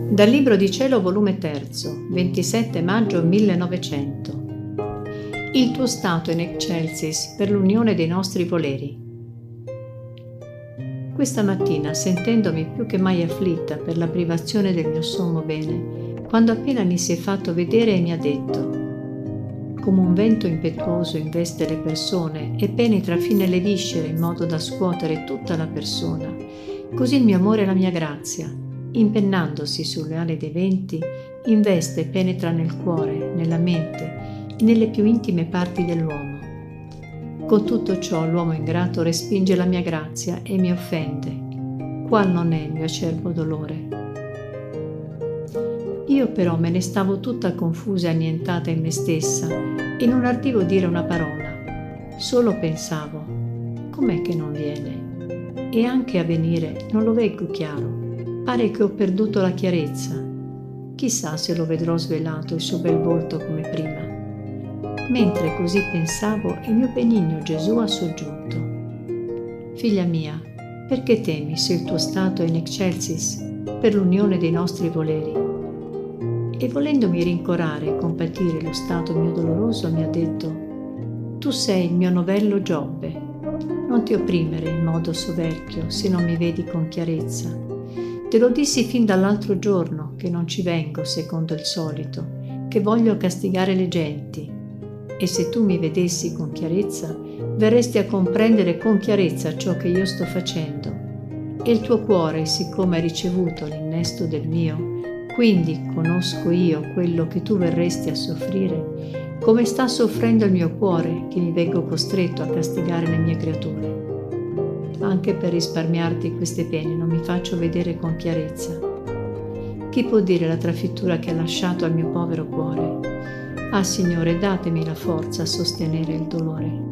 Dal Libro di Cielo, volume 3, 27 maggio 1900. Il tuo stato in excelsis per l'unione dei nostri voleri. Questa mattina, sentendomi più che mai afflitta per la privazione del mio sommo bene, quando appena mi si è fatto vedere mi ha detto: come un vento impetuoso investe le persone e penetra fin nelle viscere in modo da scuotere tutta la persona, così il mio amore e la mia grazia, impennandosi sulle ali dei venti, investe e penetra nel cuore, nella mente e nelle più intime parti dell'uomo. Con tutto ciò l'uomo ingrato respinge la mia grazia e mi offende. Qual non è il mio acerbo dolore? Io però me ne stavo tutta confusa e annientata in me stessa e non ardivo dire una parola. Solo pensavo: com'è che non viene? E anche a venire non lo veggo chiaro. Pare che ho perduto la chiarezza. Chissà se lo vedrò svelato il suo bel volto come prima. Mentre così pensavo, il mio benigno Gesù ha soggiunto: figlia mia, perché temi se il tuo stato è in excelsis per l'unione dei nostri voleri? E volendomi rincorare e compatire lo stato mio doloroso, mi ha detto: tu sei il mio novello Giobbe, non ti opprimere in modo soverchio se non mi vedi con chiarezza. Te lo dissi fin dall'altro giorno che non ci vengo secondo il solito, che voglio castigare le genti. E se tu mi vedessi con chiarezza, verresti a comprendere con chiarezza ciò che io sto facendo. E il tuo cuore, siccome hai ricevuto l'innesto del mio, quindi conosco io quello che tu verresti a soffrire, come sta soffrendo il mio cuore che mi vengo costretto a castigare le mie creature. Anche per risparmiarti queste pene non mi faccio vedere con chiarezza. Chi può dire la trafittura che ha lasciato al mio povero cuore? Ah, Signore, datemi la forza a sostenere il dolore.